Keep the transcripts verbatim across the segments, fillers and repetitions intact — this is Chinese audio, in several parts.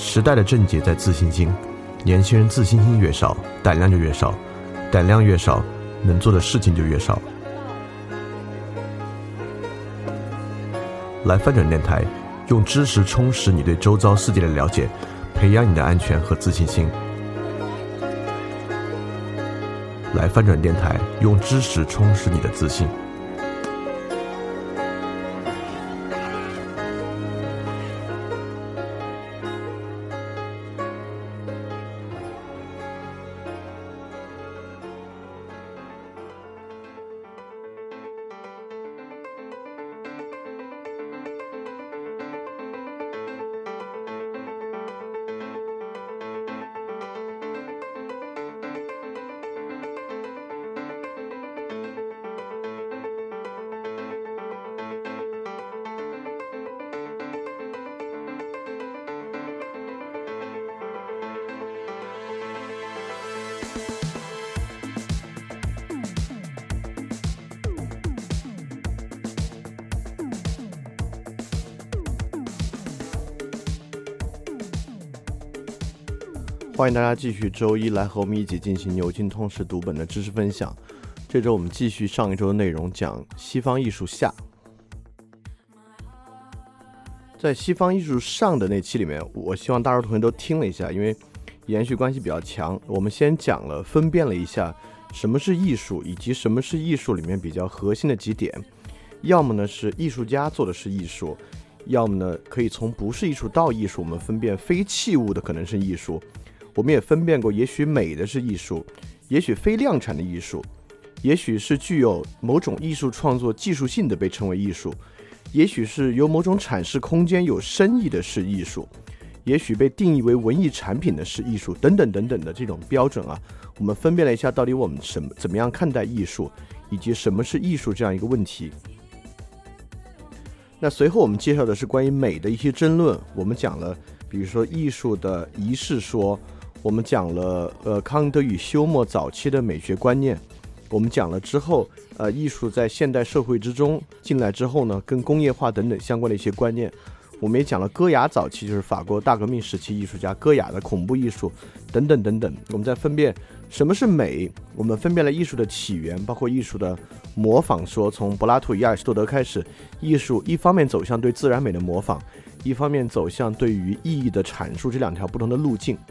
时代的症结在自信心，年轻人自信心越少，胆量就越少，胆量越少，能做的事情就越少。来翻转电台，用知识充实你对周遭世界的了解，培养你的安全和自信心。来翻转电台，用知识充实你的自信。欢迎大家继续周一来和我们一起进行牛津通识读本的知识分享。这周我们继续上一周的内容，讲西方艺术下。在西方艺术上的那期里面，我希望大家同学都听了一下，因为延续关系比较强。我们先讲了分辨了一下什么是艺术，以及什么是艺术里面比较核心的几点。要么呢是艺术家做的是艺术，要么呢可以从不是艺术到艺术，我们分辨非器物的可能是艺术。我们也分辨过，也许美的是艺术，也许非量产的艺术，也许是具有某种艺术创作技术性的被称为艺术，也许是有某种阐释空间有深意的是艺术，也许被定义为文艺产品的是艺术，等等等等的这种标准啊，我们分辨了一下到底我们什么怎么样看待艺术，以及什么是艺术这样一个问题。那随后我们介绍的是关于美的一些争论，我们讲了比如说艺术的仪式说，我们讲了呃康德与休谟早期的美学观念，我们讲了之后呃艺术在现代社会之中进来之后呢，跟工业化等等相关的一些观念。我们也讲了戈雅早期，就是法国大革命时期艺术家戈雅的恐怖艺术等等等等。我们在分辨什么是美，我们分辨了艺术的起源，包括艺术的模仿说，从柏拉图与亚里士多德开始，艺术一方面走向对自然美的模仿，一方面走向对于意义的阐述，这两条不同的路径。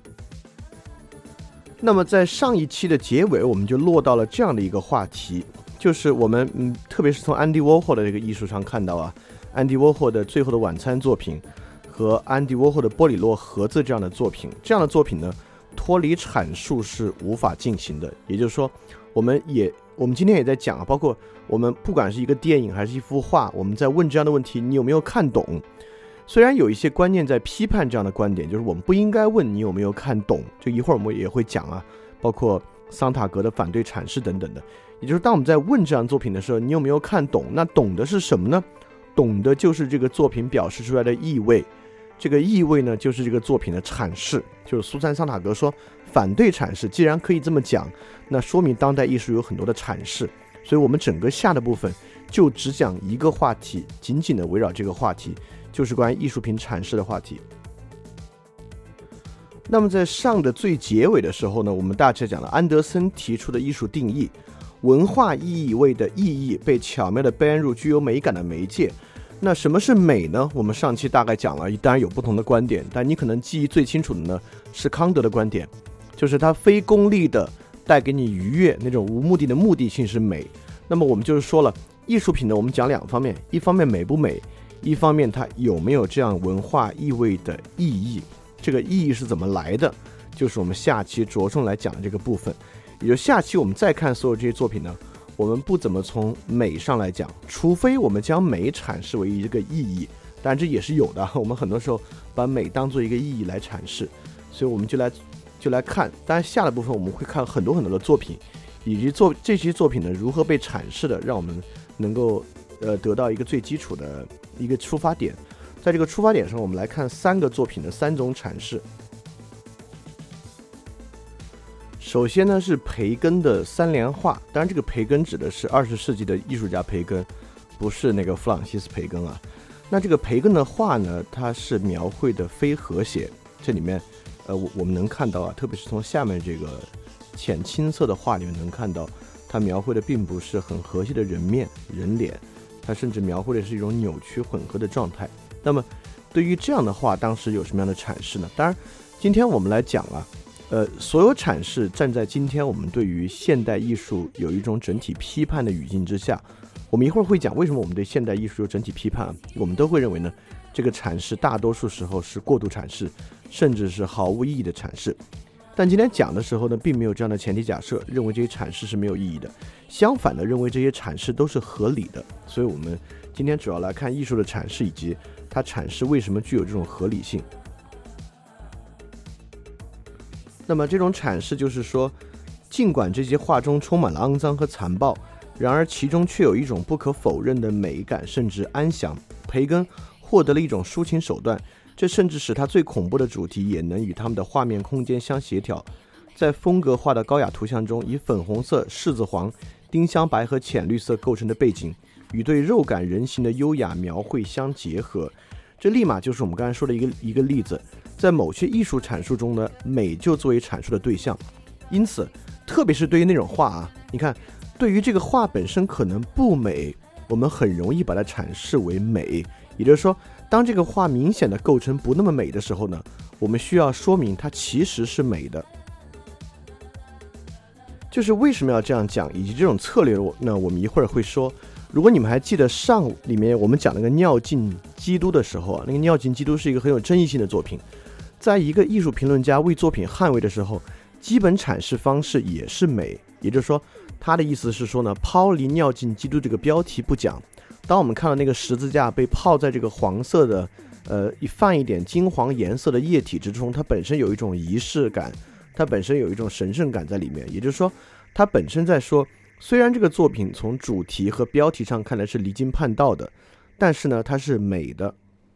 那么在上一期的结尾，我们就落到了这样的一个话题，就是我们嗯，特别是从安迪沃霍的这个艺术上看到啊，安迪沃霍的最后的晚餐作品和安迪沃霍的波里洛盒子这样的作品，这样的作品呢，脱离阐述是无法进行的。也就是说，我们也我们今天也在讲啊，包括我们不管是一个电影还是一幅画，我们在问这样的问题，你有没有看懂？虽然有一些观念在批判这样的观点，就是我们不应该问你有没有看懂，就一会儿我们也会讲啊，包括桑塔格的反对阐释等等的。也就是当我们在问这样作品的时候，你有没有看懂？那懂的是什么呢？懂的就是这个作品表示出来的意味，这个意味呢，就是这个作品的阐释。就是苏珊·桑塔格说，反对阐释，既然可以这么讲，那说明当代艺术有很多的阐释。所以我们整个下的部分就只讲一个话题，紧紧的围绕这个话题，就是关于艺术品阐释的话题。那么在上的最结尾的时候呢，我们大致讲了安德森提出的艺术定义，文化意味的意义被巧妙地编入具有美感的媒介。那什么是美呢？我们上期大概讲了，当然有不同的观点，但你可能记忆最清楚的呢是康德的观点，就是它非功利的带给你愉悦，那种无目的的目的性是美。那么我们就是说了，艺术品呢，我们讲两方面，一方面美不美，一方面它有没有这样文化意味的意义，这个意义是怎么来的，就是我们下期着重来讲的这个部分。也就下期我们再看所有这些作品呢，我们不怎么从美上来讲，除非我们将美阐释为一个意义，当然这也是有的，我们很多时候把美当做一个意义来阐释，所以我们就来就来看。当然下的部分我们会看很多很多的作品，以及做这些作品呢如何被阐释的，让我们能够呃得到一个最基础的一个出发点。在这个出发点上，我们来看三个作品的三种阐释。首先呢是培根的三联画，当然这个培根指的是二十世纪的艺术家培根，不是那个弗朗西斯培根啊。 那这个培根的画呢，它是描绘的非和谐，这里面呃我我们能看到啊，特别是从下面这个浅青色的画里面能看到，它描绘的并不是很和谐的人面人脸，它甚至描绘的是一种扭曲混合的状态。那么对于这样的画，当时有什么样的阐释呢？当然今天我们来讲啊，呃，所有阐释站在今天我们对于现代艺术有一种整体批判的语境之下，我们一会儿会讲为什么我们对现代艺术有整体批判，我们都会认为呢，这个阐释大多数时候是过度阐释，甚至是毫无意义的阐释。但今天讲的时候呢，并没有这样的前提假设，认为这些阐释是没有意义的，相反的，认为这些阐释都是合理的。所以我们今天主要来看艺术的阐释，以及它阐释为什么具有这种合理性。那么这种阐释就是说，尽管这些画中充满了肮脏和残暴，然而其中却有一种不可否认的美感，甚至安详。培根获得了一种抒情手段，这甚至使他最恐怖的主题也能与他们的画面空间相协调。在风格化的高雅图像中，以粉红色、柿子黄、丁香白和浅绿色构成的背景，与对肉感人形的优雅描绘相结合。这立马就是我们刚才说的一个一个例子，在某些艺术阐述中呢，美就作为阐述的对象。因此，特别是对于那种画啊，你看，对于这个画本身可能不美，我们很容易把它阐释为美。也就是说，当这个画明显的构成不那么美的时候呢，我们需要说明它其实是美的。就是为什么要这样讲，以及这种策略呢，我们一会儿会说。如果你们还记得上里面我们讲那个尿浸基督的时候啊，那个尿浸基督是一个很有争议性的作品，在一个艺术评论家为作品捍卫的时候，基本阐释方式也是美。也就是说，他的意思是说呢，抛离尿浸基督这个标题不讲，当我们看到那个十字架被泡在这个黄色的呃泛一点金黄颜色的液体之中，它本身有一种仪式感，它本身有一种神圣感在里面。也就是说，它本身在说，虽然这个作品从主题和标题上看来是离经叛道的，但是呢，它是美的。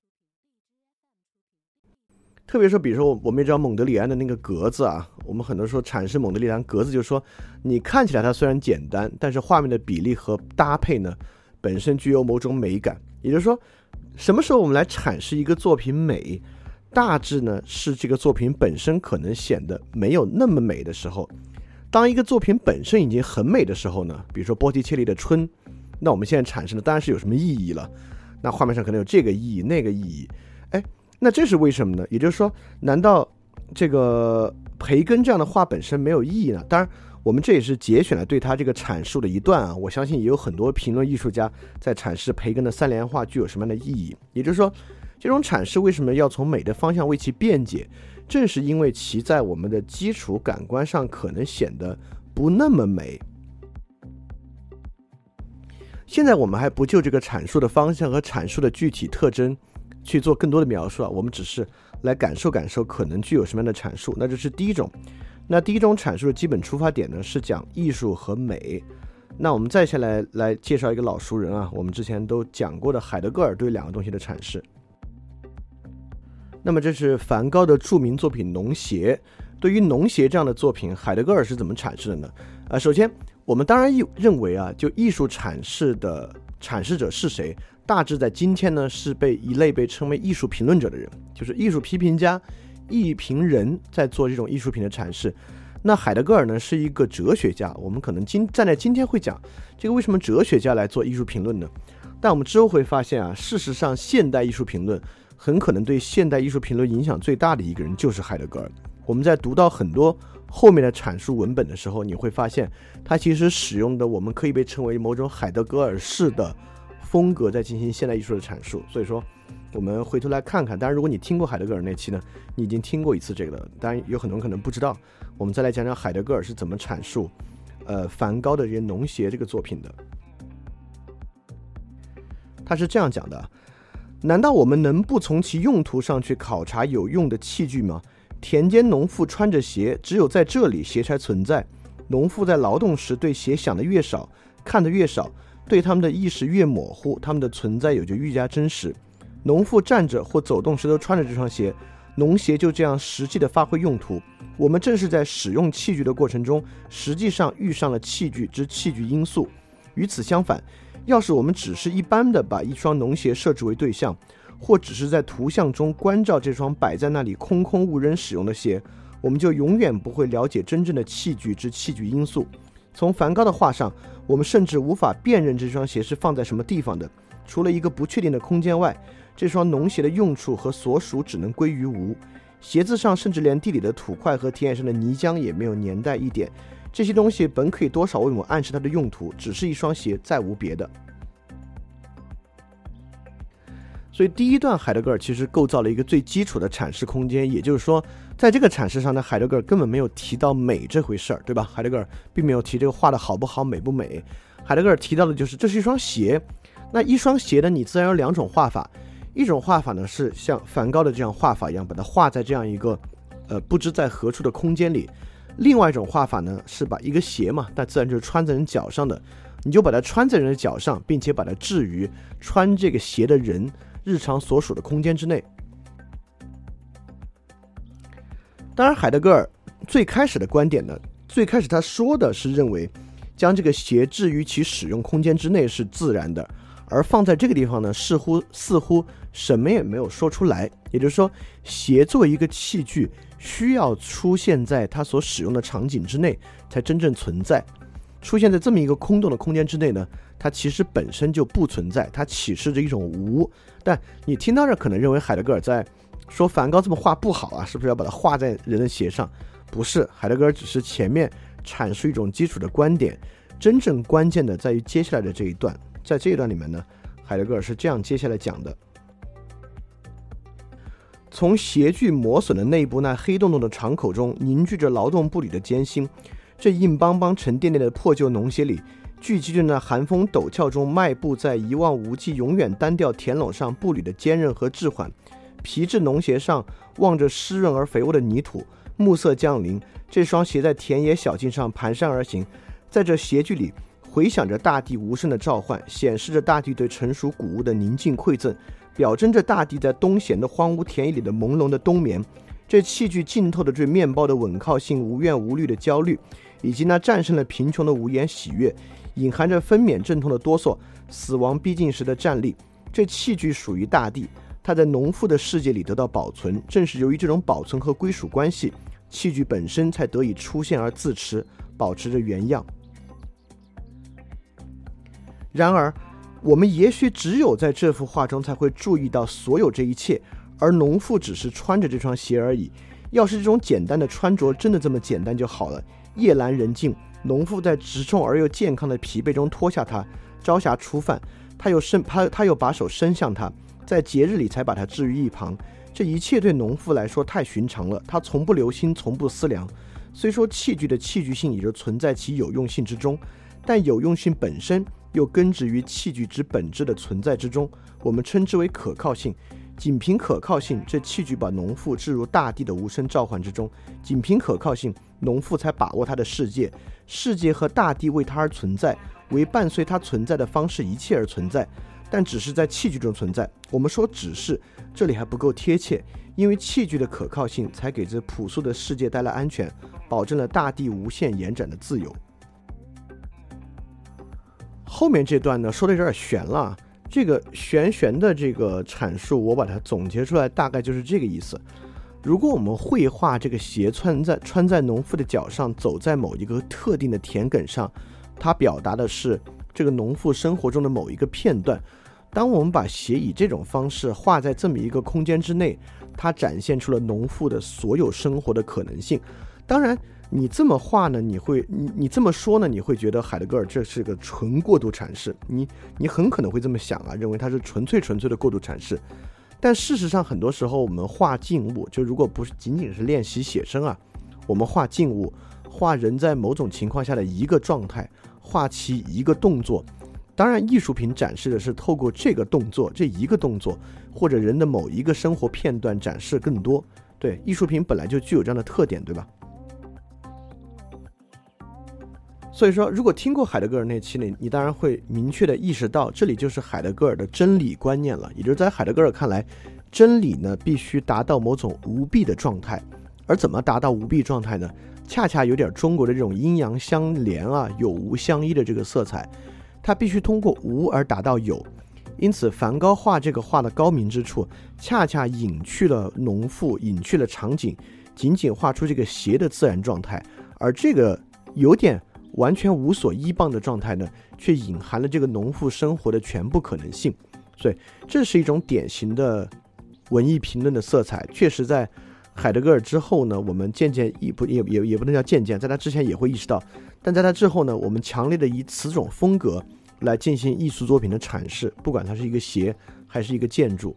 特别说，比如说我们也知道蒙德里安的那个格子啊，我们很多说阐释蒙德里安格子，就是说你看起来它虽然简单，但是画面的比例和搭配呢，本身具有某种美感。也就是说，什么时候我们来阐释一个作品美，大致呢是这个作品本身可能显得没有那么美的时候。当一个作品本身已经很美的时候呢，比如说波提切利的春，那我们现在产生的当然是有什么意义了，那画面上可能有这个意义那个意义，哎，那这是为什么呢？也就是说，难道这个培根这样的画本身没有意义呢？当然我们这也是节选了对他这个阐述的一段啊，我相信也有很多评论艺术家在阐释培根的三联画具有什么样的意义。也就是说，这种阐释为什么要从美的方向为其辩解，正是因为其在我们的基础感官上可能显得不那么美。现在我们还不就这个阐述的方向和阐述的具体特征去做更多的描述啊，我们只是来感受感受可能具有什么样的阐述。那这是第一种。那第一种阐述的基本出发点呢，是讲艺术和美。那我们再下来来介绍一个老熟人啊，我们之前都讲过的海德格尔对两个东西的阐释。那么这是梵高的著名作品《农协》。对于《农协》这样的作品，海德格尔是怎么阐释的呢？呃，首先我们当然认为啊，就艺术阐释的阐释者是谁，大致在今天呢是被一类被称为艺术评论者的人，就是艺术批评家、艺评人在做这种艺术品的阐释。那海德格尔呢是一个哲学家，我们可能今站在今天会讲这个为什么哲学家来做艺术评论呢？但我们之后会发现啊，事实上现代艺术评论很可能对现代艺术评论影响最大的一个人就是海德格尔。我们在读到很多后面的阐述文本的时候，你会发现他其实使用的我们可以被称为某种海德格尔式的风格在进行现代艺术的阐述。所以说我们回头来看看，当然如果你听过海德格尔那期呢，你已经听过一次这个了，当然有很多人可能不知道，我们再来讲讲海德格尔是怎么阐述呃梵高的这些农协这个作品的。他是这样讲的：难道我们能不从其用途上去考察有用的器具吗？田间农妇穿着鞋，只有在这里鞋才存在。农妇在劳动时对鞋想的越少，看得越少，对他们的意识越模糊，他们的存在也就愈加真实。农妇站着或走动时都穿着这双鞋，农鞋就这样实际的发挥用途。我们正是在使用器具的过程中，实际上遇上了器具之器具因素。与此相反， 要是我们只是一般的把一双农鞋设置为对象，或只是在图像中关照这双摆在那里空空无人使用的鞋，我们就永远不会了解真正的器具之器具因素。从梵高的画上，我们甚至无法辨认这双鞋是放在什么地方的，除了一个不确定的空间外，这双农鞋的用处和所属只能归于无。鞋子上甚至连地里的土块和田野上的泥浆也没有粘带一点，这些东西本可以多少为我们暗示它的用途，只是一双鞋，再无别的。所以第一段海德格尔其实构造了一个最基础的阐释空间，也就是说在这个阐释上呢，海德格尔根本没有提到美这回事儿，对吧？海德格尔并没有提这个画的好不好美不美，海德格尔提到的就是这是一双鞋。那一双鞋呢，你自然有两种画法，一种画法呢是像梵高的这样画法一样，把它画在这样一个呃不知在何处的空间里，另外一种画法呢是把一个鞋嘛，那自然就是穿在人脚上的，你就把它穿在人的脚上，并且把它置于穿这个鞋的人日常所属的空间之内。当然海德格尔最开始的观点呢，最开始他说的是认为将这个鞋置于其使用空间之内是自然的，而放在这个地方呢，似乎似乎什么也没有说出来。也就是说，鞋作为一个器具，需要出现在它所使用的场景之内才真正存在。出现在这么一个空洞的空间之内呢，它其实本身就不存在，它启示着一种无。但你听到这可能认为海德格尔在说梵高这么画不好啊，是不是要把它画在人的鞋上？不是，海德格尔只是前面阐述一种基础的观点，真正关键的在于接下来的这一段。在这一段里面呢，海德格尔是这样接下来讲的：从鞋具磨损的内部那黑洞洞的敞口中凝聚着劳动步履的艰辛，这硬邦邦沉甸甸的破旧农鞋里聚集着那寒风陡峭中迈步在一望无际永远单调田垄上步履的坚韧和质缓。皮质农鞋上望着湿润而肥沃的泥土，暮色降临，这双鞋在田野小径上蹒跚而行，在这鞋具里回响着大地无声的召唤，显示着大地对成熟谷物的宁静馈赠，表征着大地在冬闲的荒芜田野里的朦胧的冬眠。这器具浸透的对面包的稳靠性无怨无虑的焦虑，以及那战胜了贫穷的无言喜悦，隐含着分娩阵痛的哆嗦，死亡逼近时的站立。这器具属于大地，它在农妇的世界里得到保存，正是由于这种保存和归属关系，器具本身才得以出现而自持，保持着原样。然而我们也许只有在这幅画中才会注意到所有这一切，而农妇只是穿着这双鞋而已。要是这种简单的穿着真的这么简单就好了，夜阑人静，农妇在直重而又健康的疲惫中脱下它，朝霞初泛，他又伸他他又把手伸向它，在节日里才把它置于一旁。这一切对农妇来说太寻常了，他从不留心，从不思量。虽说器具的器具性也就存在其有用性之中，但有用性本身又根植于器具之本质的存在之中，我们称之为可靠性。仅凭可靠性，这器具把农妇置入大地的无声召唤之中，仅凭可靠性，农妇才把握他的世界，世界和大地为他而存在，为伴随他存在的方式一切而存在，但只是在器具中存在。我们说只是，这里还不够贴切，因为器具的可靠性才给这朴素的世界带来安全，保证了大地无限延展的自由。后面这段呢，说的有点悬了，这个悬悬的这个阐述，我把它总结出来，大概就是这个意思。如果我们绘画这个鞋穿在穿在农妇的脚上，走在某一个特定的田埂上，它表达的是这个农妇生活中的某一个片段。当我们把鞋以这种方式画在这么一个空间之内，它展现出了农妇的所有生活的可能性。当然你这么画呢，你会你你这么说呢，你会觉得海德格尔这是个纯过度阐释，你你很可能会这么想啊，认为它是纯粹纯粹的过度阐释。但事实上很多时候我们画静物，就如果不是仅仅是练习写生啊，我们画静物，画人在某种情况下的一个状态，画其一个动作。当然艺术品展示的是透过这个动作，这一个动作或者人的某一个生活片段展示更多。对，艺术品本来就具有这样的特点，对吧？所以说如果听过海德格尔那期呢，你当然会明确的意识到，这里就是海德格尔的真理观念了。也就是在海德格尔看来，真理呢必须达到某种无弊的状态。而怎么达到无弊状态呢？恰恰有点中国的这种阴阳相连啊，有无相依的这个色彩。 它必须通过无而达到有。因此梵高画这个画的高明之处，恰恰隐去了农妇，隐去了场景，仅仅画出这个邪的自然状态，而这个有点完全无所依傍的状态呢，却隐含了这个农妇生活的全部可能性。所以这是一种典型的文艺评论的色彩。确实在海德格尔之后呢，我们渐渐也不也也也不能叫渐渐，在他之前也会意识到，但在他之后呢，我们强烈的以此种风格来进行艺术作品的阐释，不管它是一个鞋还是一个建筑。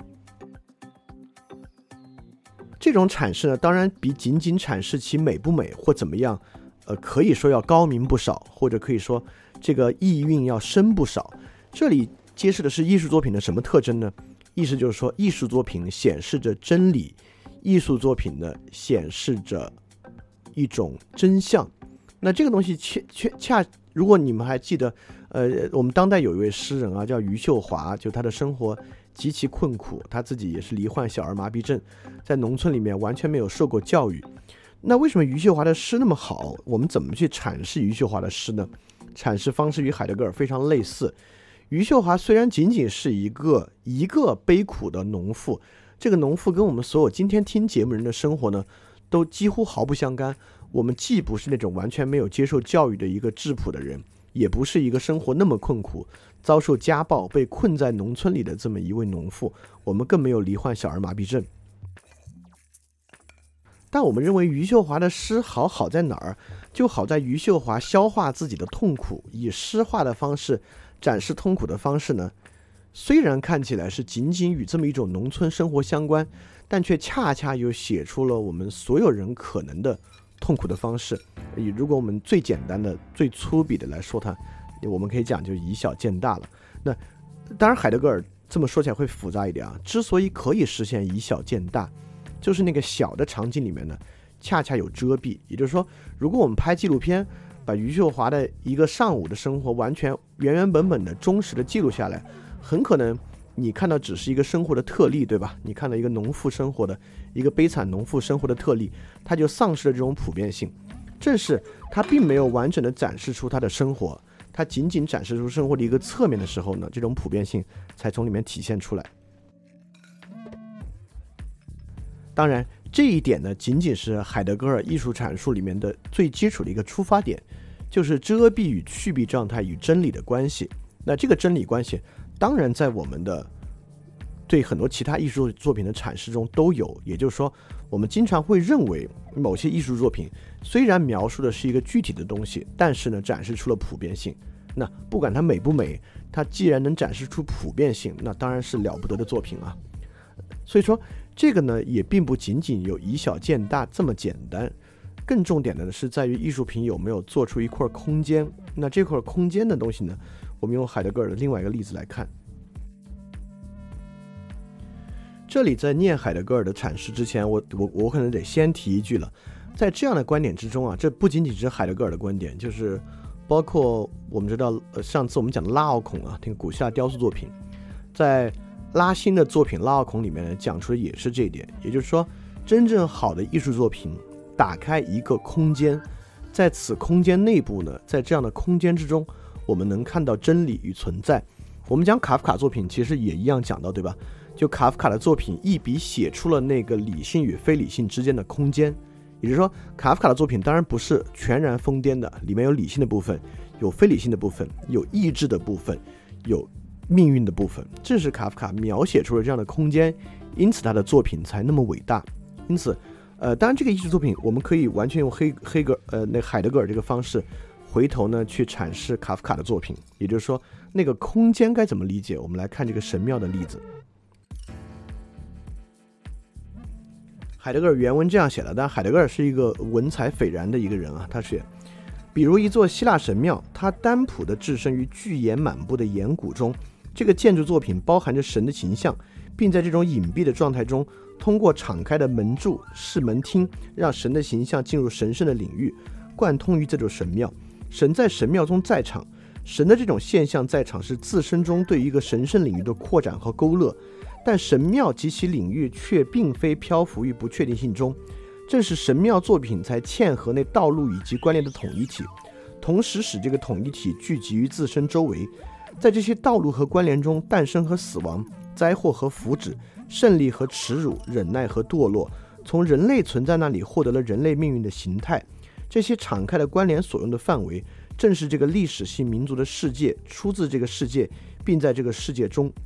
这种阐释呢，当然比仅仅阐释其美不美或怎么样，呃，可以说要高明不少，或者可以说这个意蕴要深不少。这里揭示的是艺术作品的什么特征呢？意思就是说，艺术作品显示着真理，艺术作品呢显示着一种真相。那这个东西恰恰，如果你们还记得，呃，我们当代有一位诗人啊，叫余秀华，就他的生活极其困苦，他自己也是罹患小儿麻痹症，在农村里面完全没有受过教育。那为什么余秀华的诗那么好？我们怎么去阐释余秀华的诗呢？阐释方式与海德格尔非常类似。余秀华虽然仅仅是一个一个悲苦的农妇，这个农妇跟我们所有今天听节目人的生活呢，都几乎毫不相干。我们既不是那种完全没有接受教育的一个质朴的人，也不是一个生活那么困苦，遭受家暴被困在农村里的这么一位农妇，我们更没有罹患小儿麻痹症。但我们认为余秀华的诗好好在哪儿？就好在余秀华消化自己的痛苦，以诗化的方式展示痛苦的方式呢，虽然看起来是仅仅与这么一种农村生活相关，但却恰恰又写出了我们所有人可能的痛苦的方式。如果我们最简单的最粗鄙的来说它，我们可以讲就以小见大了。那当然海德格尔这么说起来会复杂一点啊，之所以可以实现以小见大，就是那个小的场景里面呢恰恰有遮蔽。也就是说，如果我们拍纪录片把余秀华的一个上午的生活完全原原本本的忠实的记录下来，很可能你看到只是一个生活的特例，对吧？你看到一个农妇生活的一个悲惨农妇生活的特例，它就丧失了这种普遍性。正是它并没有完整的展示出它的生活，它仅仅展示出生活的一个侧面的时候呢，这种普遍性才从里面体现出来。当然这一点呢，仅仅是海德格尔艺术阐述里面的最基础的一个出发点，就是遮蔽与去蔽状态与真理的关系。那这个真理关系当然在我们的对很多其他艺术作品的阐释中都有。也就是说，我们经常会认为某些艺术作品虽然描述的是一个具体的东西，但是呢展示出了普遍性。那不管它美不美，它既然能展示出普遍性，那当然是了不得的作品啊。所以说这个呢也并不仅仅有以小见大这么简单，更重点的是在于艺术品有没有做出一块空间。那这块空间的东西呢，我们用海德格尔的另外一个例子来看。这里在念海德格尔的阐释之前，我我我可能得先提一句了。在这样的观点之中啊，这不仅仅是海德格尔的观点，就是包括我们知道，呃、上次我们讲的拉奥孔啊，这个古希腊雕塑作品，在拉辛的作品《拉奥孔》里面呢，讲出的也是这一点。也就是说，真正好的艺术作品打开一个空间，在此空间内部呢，在这样的空间之中，我们能看到真理与存在。我们讲卡夫卡作品其实也一样讲到，对吧？就卡夫卡的作品一笔写出了那个理性与非理性之间的空间。也就是说，卡夫卡的作品当然不是全然疯癫的，里面有理性的部分，有非理性的部分，有意志的部分，有命运的部分。正是卡夫卡描写出了这样的空间，因此他的作品才那么伟大。因此呃，当然这个艺术作品我们可以完全用黑黑格呃那海德格尔这个方式回头呢去阐释卡夫卡的作品。也就是说，那个空间该怎么理解，我们来看这个神庙的例子。海德格尔原文这样写的，但海德格尔是一个文采斐然的一个人啊。他写，比如一座希腊神庙，它单朴地置身于巨岩满布的岩谷中，这个建筑作品包含着神的形象，并在这种隐蔽的状态中，通过敞开的门柱、视门厅，让神的形象进入神圣的领域，贯通于这座神庙。神在神庙中在场，神的这种现象在场是自身中对于一个神圣领域的扩展和勾勒，但神庙及其领域却并非漂浮于不确定性中。正是神庙作品才嵌合那道路以及观念的统一体，同时使这个统一体聚集于自身周围。 在这些道路和关联中，诞生和死亡，灾祸和福祉，胜利和耻辱，忍耐和堕落，从人类存在那里获得了人类命运的形态。这些敞开的关联所用的范围，正是这个历史性民族的世界，出自这个世界，并在这个世界中。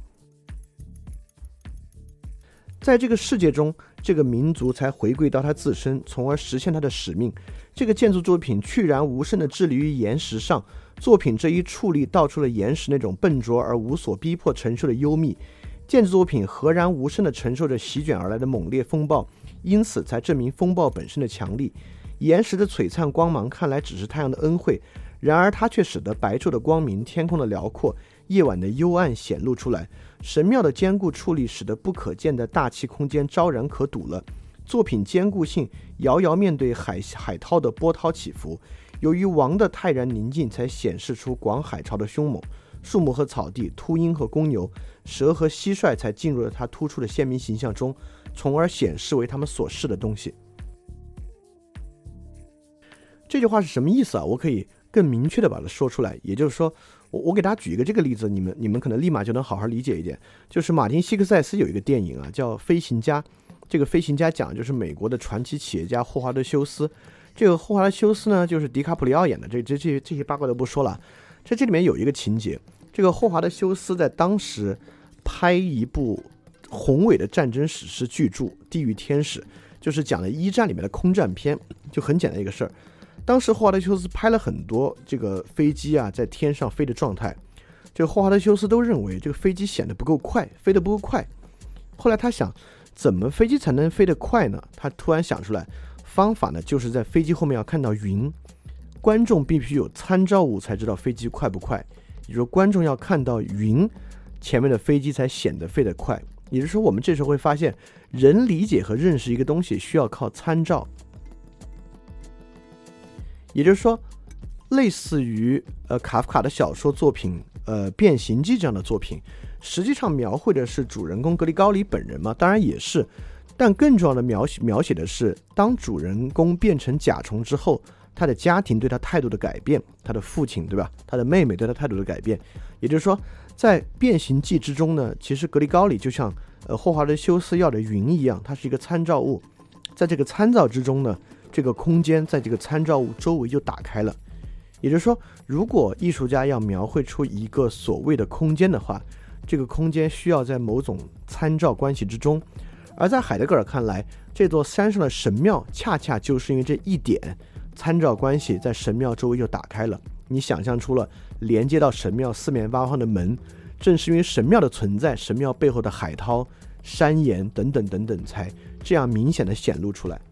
在这个世界中，这个民族才回归到它自身，从而实现它的使命。这个建筑作品去然无声地致力于岩石上，作品这一矗立道出了岩石那种笨拙而无所逼迫承受的幽密。建筑作品何然无声地承受着席卷而来的猛烈风暴，因此才证明风暴本身的强力。岩石的璀璨光芒看来只是太阳的恩惠，然而它却使得白昼的光明、天空的辽阔、夜晚的幽暗显露出来。神庙的坚固矗立使得不可见的大气空间昭然可睹了。作品坚固性遥遥面对海海涛的波涛起伏，由于王的泰然宁静，才显示出广海潮的凶猛。树木和草地、秃鹰和公牛、蛇和蟋蟀才进入了它突出的鲜明形象中，从而显示为他们所示的东西。这句话是什么意思啊？我可以更明确的把它说出来，也就是说，我我给大家举一个这个例子，你们你们可能立马就能好好理解一点。就是马丁·希克塞斯有一个电影啊，叫《飞行家》。这个飞行家讲的就是美国的传奇企业家霍华德·休斯。这个霍华德·休斯呢，就是迪卡普里奥演的。这这这这些八卦都不说了。在这里面有一个情节，这个霍华德·休斯在当时拍一部宏伟的战争史诗巨著《地狱天使》，就是讲了一战里面的空战片，就很简单一个事儿。当时霍华德·休斯拍了很多这个飞机啊在天上飞的状态，这个霍华德·休斯都认为这个飞机显得不够快，飞得不够快。后来他想，怎么飞机才能飞得快呢？他突然想出来，方法呢就是在飞机后面要看到云，观众必须有参照物才知道飞机快不快，也就是说观众要看到云，前面的飞机才显得飞得快。也就是说，我们这时候会发现，人理解和认识一个东西需要靠参照。也就是说，类似于呃卡夫卡的小说作品呃《变形记》这样的作品，实际上描绘的是主人公格里高里本人嘛，当然也是，但更重要的描写描写的是当主人公变成甲虫之后，他的家庭对他态度的改变，他的父亲对吧，他的妹妹对他态度的改变。也就是说，在《变形记》之中呢，其实格里高里就像呃霍华德·休斯要的云一样，它是一个参照物，在这个参照之中呢，这个空间在这个参照物周围就打开了。也就是说，如果艺术家要描绘出一个所谓的空间的话，这个空间需要在某种参照关系之中。而在海德格尔看来，这座山上的神庙恰恰就是因为这一点参照关系，在神庙周围就打开了，你想象出了连接到神庙四面八方的门。正是因为神庙的存在，神庙背后的海涛、山岩等等等等，才这样明显的显露出来。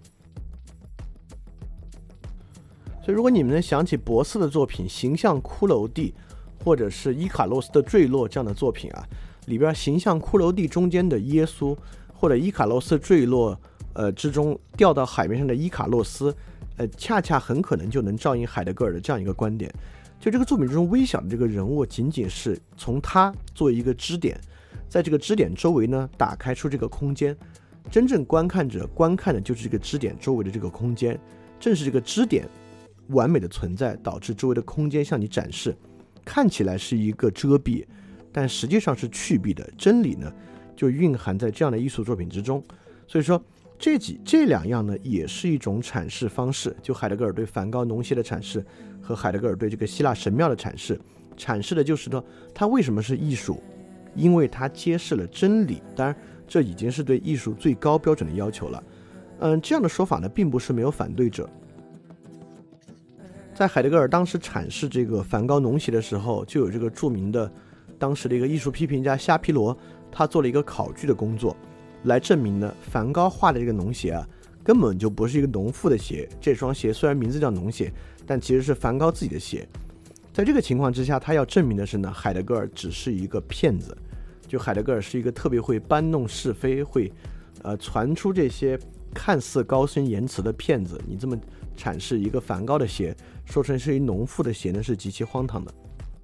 所以如果你们能想起博斯的作品《形象骷髅地》或者是伊卡洛斯的坠落这样的作品啊，里边形象骷髅地中间的耶稣，或者伊卡洛斯坠落呃之中掉到海面上的伊卡洛斯，呃恰恰很可能就能照应海德格尔的这样一个观点。就这个作品之中微小的这个人物，仅仅是从他作为一个支点，在这个支点周围呢打开出这个空间，真正观看者观看的就是这个支点周围的这个空间，正是这个支点完美的存在导致周围的空间向你展示，看起来是一个遮蔽，但实际上是去蔽的。真理呢就蕴含在这样的艺术作品之中。所以说这几这两样呢也是一种阐释方式，就海德格尔对梵高农协的阐释和海德格尔对这个希腊神庙的阐释，阐释的就是呢它为什么是艺术，因为它揭示了真理。当然这已经是对艺术最高标准的要求了。嗯，这样的说法呢并不是没有反对者。在海德格尔当时阐释这个梵高农协的时候，就有这个著名的当时的一个艺术批评家夏皮罗，他做了一个考据的工作，来证明呢梵高画的这个农鞋啊根本就不是一个农妇的鞋，这双鞋虽然名字叫农鞋，但其实是梵高自己的鞋。在这个情况之下，他要证明的是呢海德格尔只是一个骗子，就海德格尔是一个特别会搬弄是非，会呃传出这些看似高深言辞的骗子。你这么阐释一个梵高的鞋说成是一农妇的鞋呢，是极其荒唐的。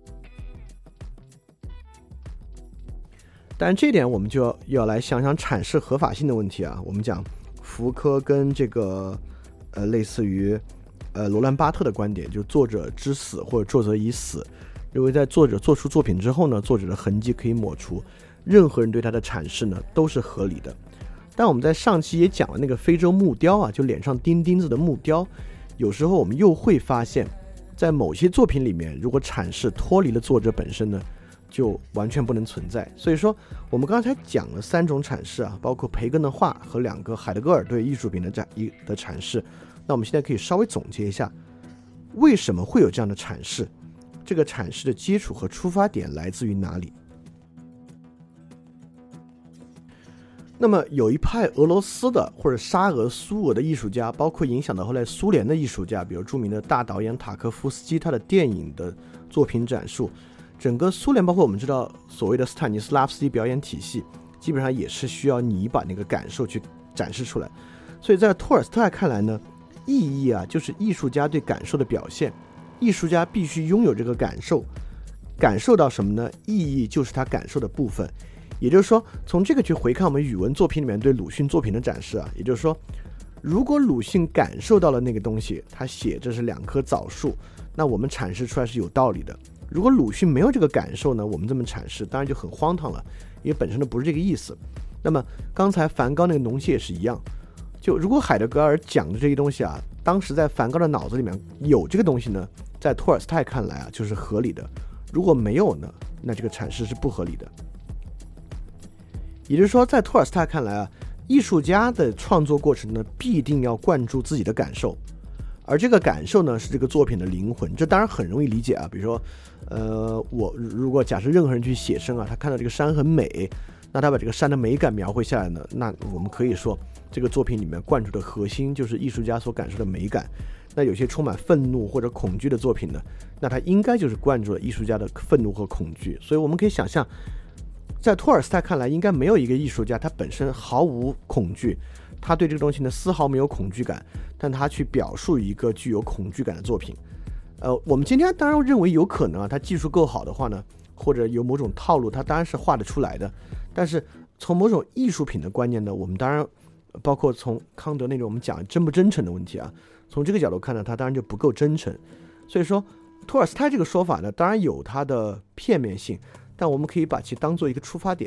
但这一点我们就 要, 要来想想阐释合法性的问题啊。我们讲福柯跟这个呃类似于呃罗兰巴特的观点，就作者之死或者作者已死， 认为在作者做出作品之后呢，作者的痕迹可以抹除，任何人对他的阐释呢都是合理的。但我们在上期也讲了那个非洲木雕啊，就脸上钉钉子的木雕，有时候我们又会发现在某些作品里面，如果阐释脱离了作者本身呢，就完全不能存在。所以说我们刚才讲了三种阐释啊，包括培根的画和两个海德格尔对艺术品的的阐释。那我们现在可以稍微总结一下，为什么会有这样的阐释，这个阐释的基础和出发点来自于哪里。那么有一派俄罗斯的或者沙俄苏俄的艺术家，包括影响到后来苏联的艺术家，比如著名的大导演塔科夫斯基，他的电影的作品展述，整个苏联包括我们知道所谓的斯坦尼斯拉夫斯基表演体系，基本上也是需要你把那个感受去展示出来。所以在托尔斯泰看来呢，意义啊就是艺术家对感受的表现，艺术家必须拥有这个感受，感受到什么呢？意义就是他感受的部分。也就是说，从这个去回看我们语文作品里面对鲁迅作品的展示啊，也就是说，如果鲁迅感受到了那个东西，他写这是两棵枣树，那我们阐释出来是有道理的。如果鲁迅没有这个感受呢，我们这么阐释当然就很荒唐了，因为本身的不是这个意思。那么刚才梵高那个农蟹也是一样，就如果海德格尔讲的这些东西啊，当时在梵高的脑子里面有这个东西呢，在托尔斯泰看来啊就是合理的，如果没有呢，那这个阐释是不合理的。也就是说，在托尔斯泰看来啊，艺术家的创作过程呢，必定要灌注自己的感受，而这个感受呢，是这个作品的灵魂。这当然很容易理解啊，比如说，呃，我如果假设任何人去写生啊，他看到这个山很美，那他把这个山的美感描绘下来呢，那我们可以说，这个作品里面灌注的核心就是艺术家所感受的美感。那有些充满愤怒或者恐惧的作品呢，那它应该就是灌注了艺术家的愤怒和恐惧。所以我们可以想象，在托尔斯泰看来，应该没有一个艺术家他本身毫无恐惧，他对这个东西呢丝毫没有恐惧感，但他去表述一个具有恐惧感的作品。呃，我们今天当然认为有可能啊，他技术够好的话呢，或者有某种套路，他当然是画得出来的。但是从某种艺术品的观念呢，我们当然包括从康德那种我们讲真不真诚的问题啊，从这个角度看呢，他当然就不够真诚。所以说，托尔斯泰这个说法呢，当然有它的片面性。但我们可以把其当做一个出发点，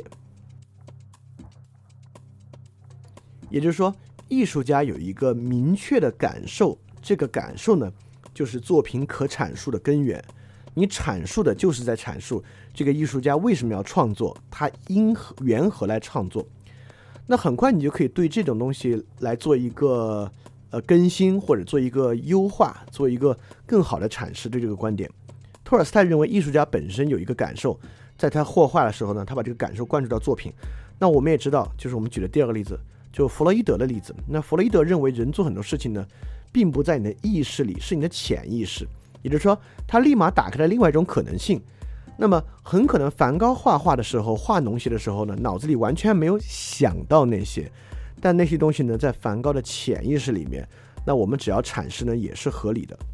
也就是说，艺术家有一个明确的感受，这个感受呢，就是作品可阐述的根源。你阐述的就是在阐述这个艺术家为什么要创作，他因缘何来创作。那很快你就可以对这种东西来做一个呃更新，或者做一个优化，做一个更好的阐释对这个观点。托尔斯泰认为艺术家本身有一个感受，在他绘画的时候呢，他把这个感受灌注到作品。那我们也知道，就是我们举的第二个例子，就弗洛伊德的例子。那弗洛伊德认为人做很多事情呢，并不在你的意识里，是你的潜意识。也就是说，他立马打开了另外一种可能性。那么很可能梵高画画的时候，画农鞋的时候呢，脑子里完全没有想到那些，但那些东西呢，在梵高的潜意识里面，那我们只要阐释呢，也是合理的。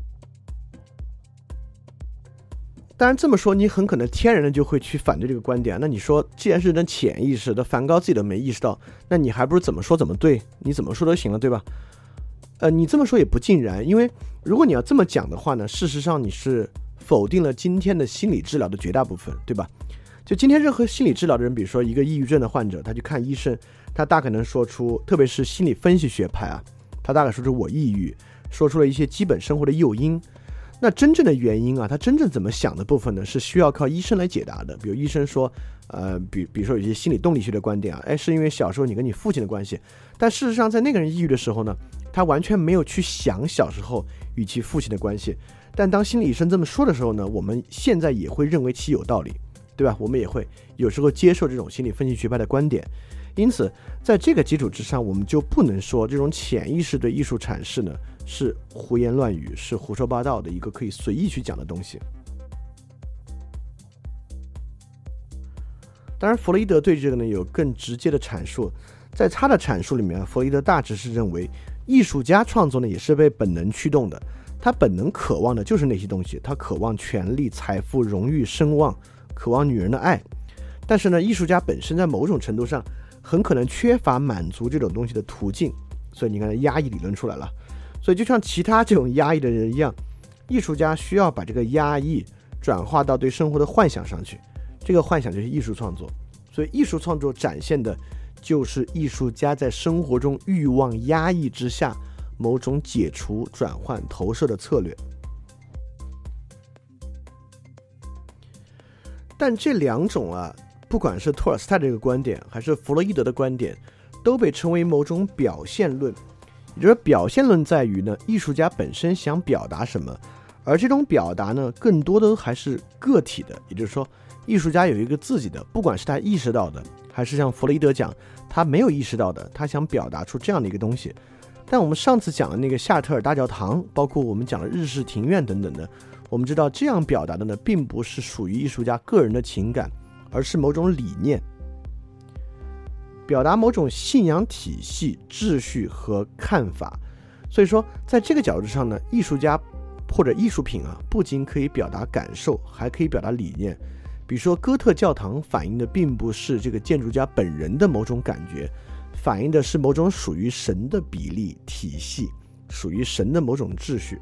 当然这么说，你很可能天然的就会去反对这个观点。那你说，既然是人的潜意识的，梵高自己都没意识到，那你还不如怎么说怎么对，你怎么说都行了，对吧？呃，你这么说也不尽然，因为如果你要这么讲的话呢，事实上你是否定了今天的心理治疗的绝大部分，对吧？就今天任何心理治疗的人，比如说一个抑郁症的患者，他去看医生，他大可能说出，特别是心理分析学派啊，他大概说出我抑郁，说出了一些基本生活的诱因。那真正的原因啊，他真正怎么想的部分呢，是需要靠医生来解答的。比如医生说，呃，比比如说有一些心理动力学的观点啊，哎，是因为小时候你跟你父亲的关系。但事实上，在那个人抑郁的时候呢，他完全没有去想小时候与其父亲的关系。但当心理医生这么说的时候呢，我们现在也会认为其有道理，对吧？我们也会有时候接受这种心理分析学派的观点。因此，在这个基础之上，我们就不能说这种潜意识对艺术阐释呢是胡言乱语，是胡说八道的一个可以随意去讲的东西。当然，弗洛伊德对这个呢有更直接的阐述，在他的阐述里面，弗洛伊德大致是认为，艺术家创作呢也是被本能驱动的，他本能渴望的就是那些东西，他渴望权力、财富、荣誉、声望，渴望女人的爱。但是呢，艺术家本身在某种程度上很可能缺乏满足这种东西的途径，所以你看压抑理论出来了。所以就像其他这种压抑的人一样，艺术家需要把这个压抑转化到对生活的幻想上去，这个幻想就是艺术创作。所以艺术创作展现的就是艺术家在生活中欲望压抑之下某种解除、转换、投射的策略。但这两种啊，不管是托尔斯泰这个观点还是弗洛伊德的观点，都被称为某种表现论。也就是表现论在于呢，艺术家本身想表达什么，而这种表达呢，更多的还是个体的。也就是说，艺术家有一个自己的，不管是他意识到的，还是像弗洛伊德讲他没有意识到的，他想表达出这样的一个东西。但我们上次讲的那个夏特尔大教堂，包括我们讲的日式庭院等等的，我们知道这样表达的呢，并不是属于艺术家个人的情感，而是某种理念，表达某种信仰体系、秩序和看法。所以说在这个角度上呢，艺术家或者艺术品啊，不仅可以表达感受，还可以表达理念。比如说哥特教堂反映的并不是这个建筑家本人的某种感觉，反映的是某种属于神的比例体系，属于神的某种秩序。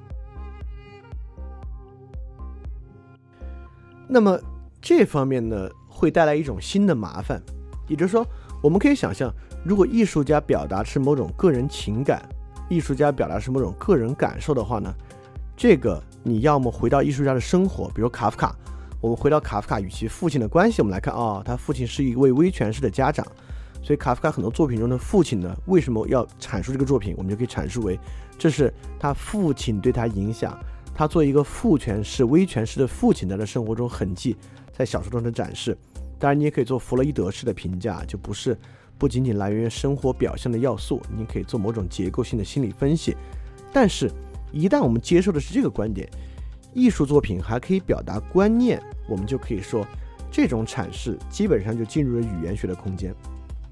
那么这方面呢，会带来一种新的麻烦。也就是说，我们可以想象，如果艺术家表达是某种个人情感，艺术家表达是某种个人感受的话呢，这个你要么回到艺术家的生活，比如卡夫卡，我们回到卡夫卡与其父亲的关系，我们来看啊、哦，他父亲是一位威权式的家长，所以卡夫卡很多作品中的父亲呢，为什么要阐述这个作品，我们就可以阐述为这是他父亲对他影响，他作为一个父权式威权式的父亲，在他生活中痕迹在小说中的展示。当然你也可以做弗洛伊德式的评价，就不是不仅仅来源于生活表现的要素，你可以做某种结构性的心理分析。但是一旦我们接受的是这个观点，艺术作品还可以表达观念，我们就可以说这种阐释基本上就进入了语言学的空间。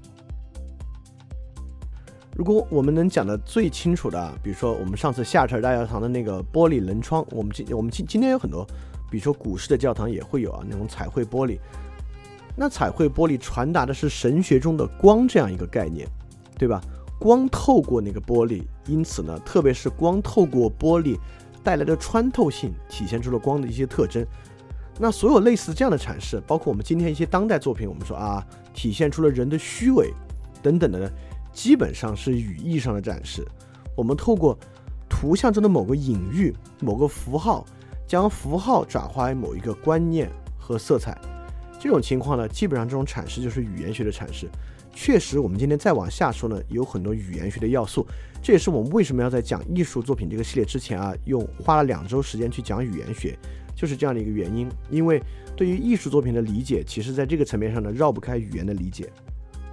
如果我们能讲的最清楚的，比如说我们上次夏特尔大教堂的那个玻璃棱窗，我们今我们今今天有很多，比如说古式的教堂也会有啊那种彩绘玻璃。那彩绘玻璃传达的是神学中的光这样一个概念，对吧？光透过那个玻璃，因此呢，特别是光透过玻璃带来的穿透性，体现出了光的一些特征。那所有类似这样的阐释，包括我们今天一些当代作品，我们说啊，体现出了人的虚伪等等的呢，基本上是语义上的展示。我们透过图像中的某个隐喻、某个符号，将符号转化为某一个观念和色彩。这种情况呢，基本上这种阐释就是语言学的阐释。确实我们今天再往下说呢，有很多语言学的要素，这也是我们为什么要在讲艺术作品这个系列之前啊，用花了两周时间去讲语言学，就是这样的一个原因。因为对于艺术作品的理解，其实在这个层面上呢，绕不开语言的理解。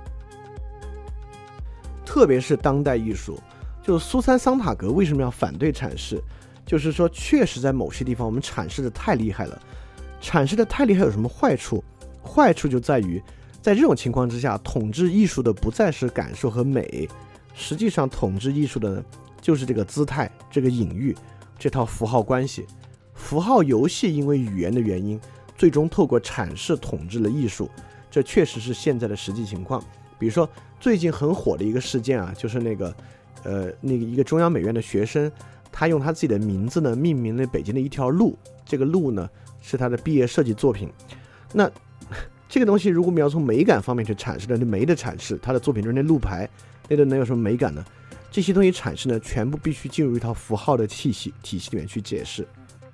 特别是当代艺术，就苏珊·桑塔格为什么要反对阐释，就是说确实在某些地方我们阐释的太厉害了。阐释的太厉害有什么坏处？坏处就在于在这种情况之下，统治艺术的不再是感受和美，实际上统治艺术的呢，就是这个姿态、这个隐喻、这套符号关系。符号游戏因为语言的原因，最终透过阐释统治了艺术，这确实是现在的实际情况。比如说最近很火的一个事件啊，就是那个呃那个一个中央美院的学生，他用他自己的名字呢命名了北京的一条路，这个路呢是他的毕业设计作品。那这个东西如果我们要从美感方面去阐释的，那美的阐释，他的作品中那路牌那个能有什么美感呢？这些东西阐释呢，全部必须进入一套符号的体系体系里面去解释，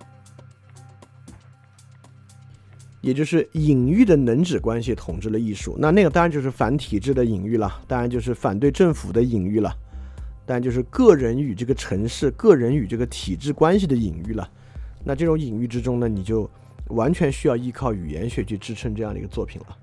也就是隐喻的能指关系统治了艺术。那那个当然就是反体制的隐喻了，当然就是反对政府的隐喻了，当然就是个人与这个城市、个人与这个体制关系的隐喻了。那这种隐喻之中呢，你就完全需要依靠语言学去支撑这样的一个作品了。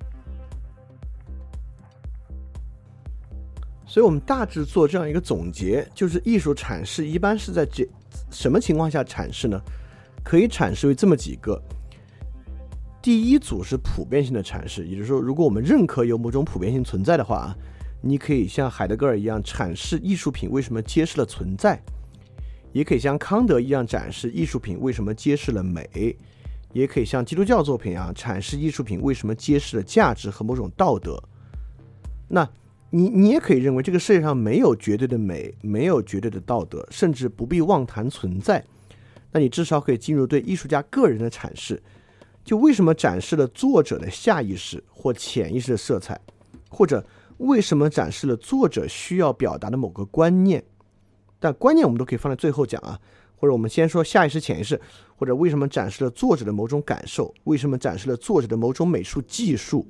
所以我们大致做这样一个总结，就是艺术阐释一般是在这什么情况下阐释呢？可以阐释为这么几个。第一组是普遍性的阐释，也就是说，如果我们认可有某种普遍性存在的话，你可以像海德格尔一样阐释艺术品为什么揭示了存在，也可以像康德一样展示艺术品为什么揭示了美，也可以像基督教作品啊阐释艺术品为什么揭示了价值和某种道德。那你你也可以认为这个世界上没有绝对的美，没有绝对的道德，甚至不必妄谈存在。 那你至少可以进入对艺术家个人的阐释，就为什么展示了作者的下意识或潜意识的色彩，或者为什么展示了作者需要表达的某个观念。但观念我们都可以放在最后讲啊，或者我们先说下意识潜意识，或者为什么展示了作者的某种感受，为什么展示了作者的某种美术技术。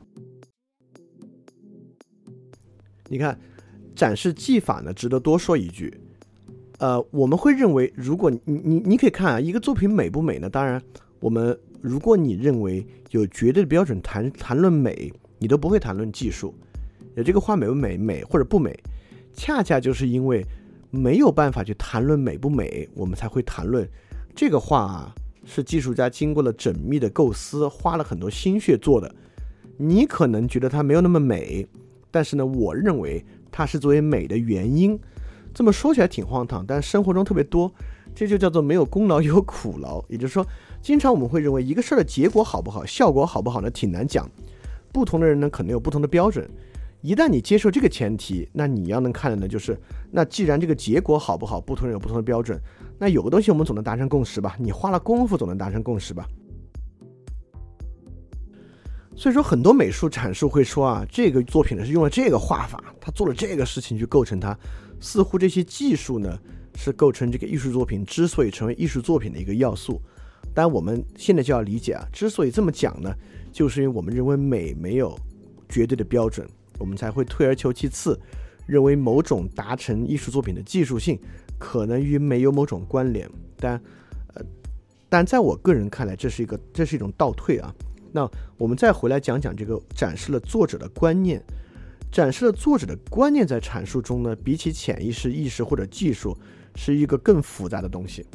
你看展示技法呢，值得多说一句。呃，我们会认为，如果你你你可以看啊，一个作品美不美呢？当然，我们如果你认为有绝对的标准谈谈论美，你都不会谈论技术。有这个画美不美，美或者不美，恰恰就是因为没有办法去谈论美不美，我们才会谈论这个画啊，是技术家经过了缜密的构思，花了很多心血做的。你可能觉得它没有那么美，但是呢，我认为它是作为美的原因。这么说起来挺荒唐，但生活中特别多，这就叫做没有功劳有苦劳。也就是说，经常我们会认为一个事儿的结果好不好，效果好不好呢，挺难讲。不同的人呢，可能有不同的标准。一旦你接受这个前提，那你要能看的呢，就是那既然这个结果好不好，不同人有不同的标准，那有个东西我们总能达成共识吧？你花了功夫总能达成共识吧？所以说，很多美术阐述会说啊，这个作品呢是用了这个画法，他做了这个事情去构成它。似乎这些技术呢是构成这个艺术作品之所以成为艺术作品的一个要素。但我们现在就要理解啊，之所以这么讲呢，就是因为我们认为美没有绝对的标准，我们才会退而求其次，认为某种达成艺术作品的技术性可能与美有某种关联。但呃，但在我个人看来，这是一个这是一种倒退啊。那我们再回来讲讲这个展示了作者的观念。展示了作者的观念在阐述中呢，比起潜意识、意识或者技术，是一个更复杂的东西。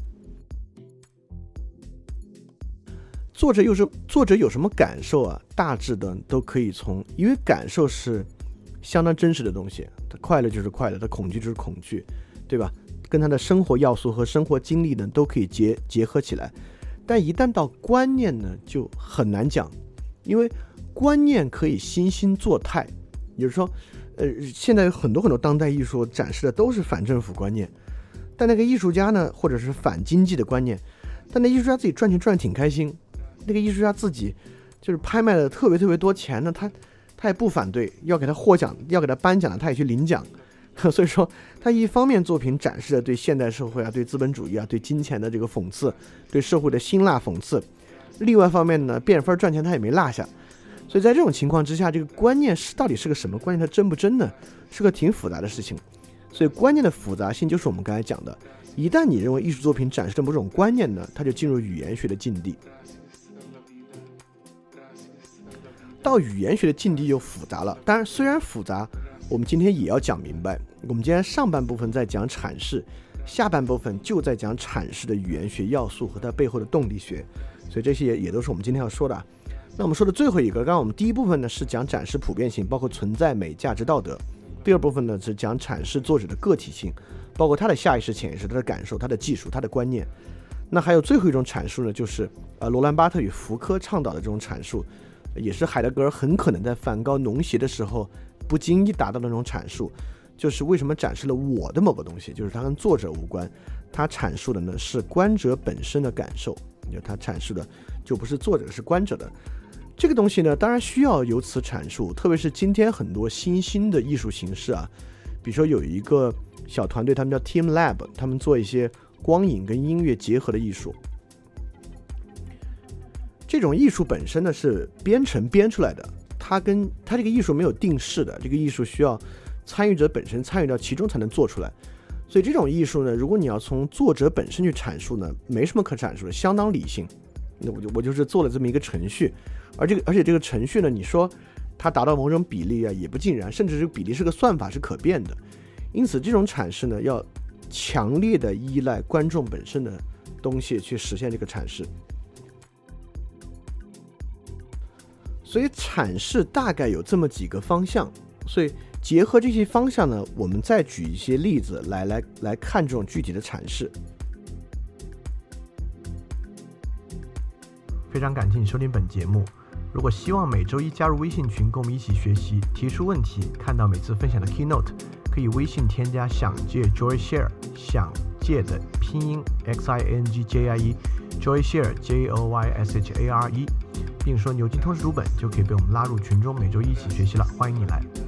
作者又是作者有什么感受啊？大致的都可以从，因为感受是相当真实的东西，他快乐就是快乐，他恐惧就是恐惧，对吧？跟他的生活要素和生活经历呢都可以结结合起来。但一旦到观念呢，就很难讲，因为观念可以惺惺作态。也就是说，呃，现在有很多很多当代艺术展示的都是反政府观念，但那个艺术家呢，或者是反经济的观念，但那艺术家自己赚钱赚得挺开心，那个艺术家自己就是拍卖了特别特别多钱呢，他他也不反对，要给他获奖，要给他颁奖的，他也去领奖。所以说，他一方面作品展示了对现代社会啊、对资本主义啊、对金钱的这个讽刺，对社会的辛辣讽刺；另外一方面呢，变分赚钱他也没落下。所以在这种情况之下，这个观念是到底是个什么观念，它真不真呢？是个挺复杂的事情。所以观念的复杂性就是我们刚才讲的，一旦你认为艺术作品展示的某种观念呢，它就进入语言学的境地。到语言学的境地就复杂了。当然，虽然复杂，我们今天也要讲明白。我们今天上半部分在讲阐释，下半部分就在讲阐释的语言学要素和它背后的动力学。所以这些也都是我们今天要说的。那我们说的最后一个，刚刚我们第一部分呢是讲展示普遍性，包括存在美、价值、道德。第二部分呢是讲阐释作者的个体性，包括他的下意识、潜意识、他的感受、他的技术、他的观念。那还有最后一种阐述呢，就是呃罗兰巴特与福柯倡导的这种阐述，也是海德格尔很可能在梵高农协的时候不经意达到的那种阐述，就是为什么展示了我的某个东西，就是他跟作者无关，他阐述的呢是观者本身的感受，他阐述的就不是作者，是观者的。这个东西呢，当然需要由此阐述，特别是今天很多新兴的艺术形式啊，比如说有一个小团队，他们叫 Team Lab， 他们做一些光影跟音乐结合的艺术。这种艺术本身呢是编程编出来的，它跟它这个艺术没有定式的，这个艺术需要参与者本身参与到其中才能做出来。所以这种艺术呢，如果你要从作者本身去阐述呢，没什么可阐述的，相当理性。那我就我就是做了这么一个程序，而这个而且这个程序呢，你说它达到某种比例啊，也不尽然，甚至这个比例是个算法，是可变的。因此，这种阐释呢，要强烈的依赖观众本身的东西去实现这个阐释。所以阐释大概有这么几个方向，所以结合这些方向呢，我们再举一些例子来来来看这种具体的阐释。非常感谢你收听本节目。如果希望每周一加入微信群，跟我们一起学习，提出问题，看到每次分享的 keynote， 可以微信添加想借 Joy Share， 想界的拼音 X I N G J I E，Joy Share J O Y S H A R E， 并说牛津通识读本，就可以被我们拉入群中，每周一起学习了，欢迎你来。